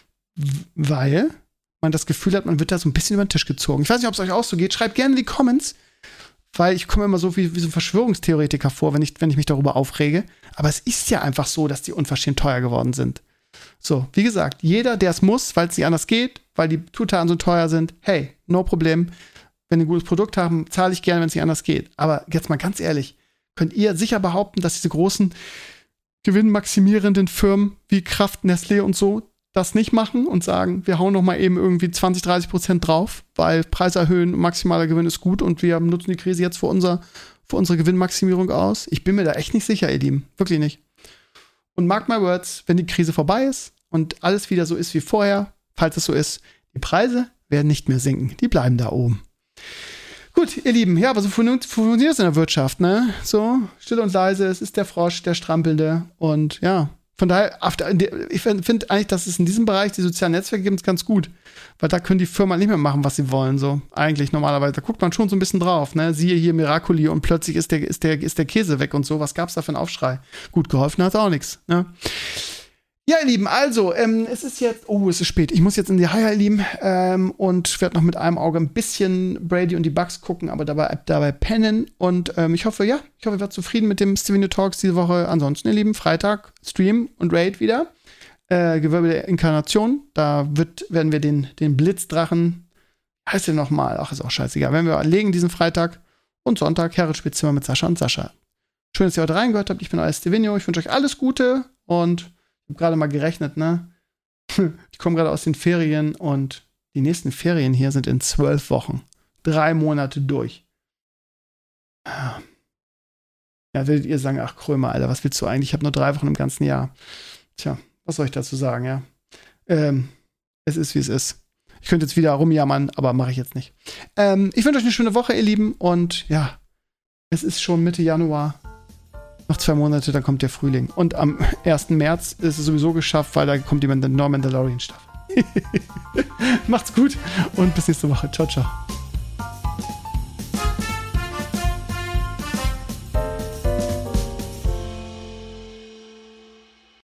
Weil man das Gefühl hat, man wird da so ein bisschen über den Tisch gezogen. Ich weiß nicht, ob es euch auch so geht. Schreibt gerne in die Comments, weil ich komme immer so wie so ein Verschwörungstheoretiker vor, wenn ich mich darüber aufrege. Aber es ist ja einfach so, dass die unverschämt teuer geworden sind. So, wie gesagt, jeder, der es muss, weil es nicht anders geht, weil die Zutaten so teuer sind, hey, no Problem. Wenn die ein gutes Produkt haben, zahle ich gerne, wenn es nicht anders geht. Aber jetzt mal ganz ehrlich, könnt ihr sicher behaupten, dass diese großen gewinnmaximierenden Firmen wie Kraft, Nestlé und so das nicht machen und sagen, wir hauen noch mal eben irgendwie 20-30% drauf, weil Preis erhöhen, maximaler Gewinn ist gut und wir nutzen die Krise jetzt für unsere Gewinnmaximierung aus? Ich bin mir da echt nicht sicher, ihr Lieben. Wirklich nicht. Und mark my words, wenn die Krise vorbei ist und alles wieder so ist wie vorher, falls es so ist, die Preise werden nicht mehr sinken. Die bleiben da oben. Gut, ihr Lieben, ja, aber so funktioniert es in der Wirtschaft, ne? So, still und leise, es ist der Frosch, der Strampelnde und ja, von daher, ich finde eigentlich, dass es in diesem Bereich die sozialen Netzwerke gibt, ganz gut, weil da können die Firmen nicht mehr machen, was sie wollen, so, eigentlich normalerweise, da guckt man schon so ein bisschen drauf, ne? Siehe hier Miracoli und plötzlich ist der Käse weg und so, was gab's da für einen Aufschrei? Gut, geholfen hat auch nichts, ne? Ja, ihr Lieben, also, es ist jetzt, es ist spät. Ich muss jetzt in die Haie, ihr Lieben, und werde noch mit einem Auge ein bisschen Brady und die Bucks gucken, aber dabei pennen. Und ich hoffe, ihr werdet zufrieden mit dem Stevenio Talks diese Woche. Ansonsten, ihr Lieben, Freitag, Stream und Raid wieder. Gewölbe der Inkarnation. Da werden wir den Blitzdrachen, heißt der nochmal, ach, ist auch scheißegal, werden wir legen diesen Freitag und Sonntag, Herrenspielzimmer mit Sascha und Sascha. Schön, dass ihr heute reingehört habt. Ich bin euer Stevenio. Ich wünsche euch alles Gute und ich habe gerade mal gerechnet, ne? Ich komme gerade aus den Ferien und die nächsten Ferien hier sind in 12 Wochen. 3 Monate durch. Ja, werdet ihr sagen, ach Krömer, Alter, was willst du eigentlich? Ich habe nur 3 Wochen im ganzen Jahr. Tja, was soll ich dazu sagen, ja? Es ist, wie es ist. Ich könnte jetzt wieder rumjammern, aber mache ich jetzt nicht. Ich wünsche euch eine schöne Woche, ihr Lieben. Und ja, es ist schon Mitte Januar. Noch 2 Monate, dann kommt der Frühling. Und am 1. März ist es sowieso geschafft, weil da kommt die neue Mandalorian-Staffel. Macht's gut und bis nächste Woche. Ciao, ciao.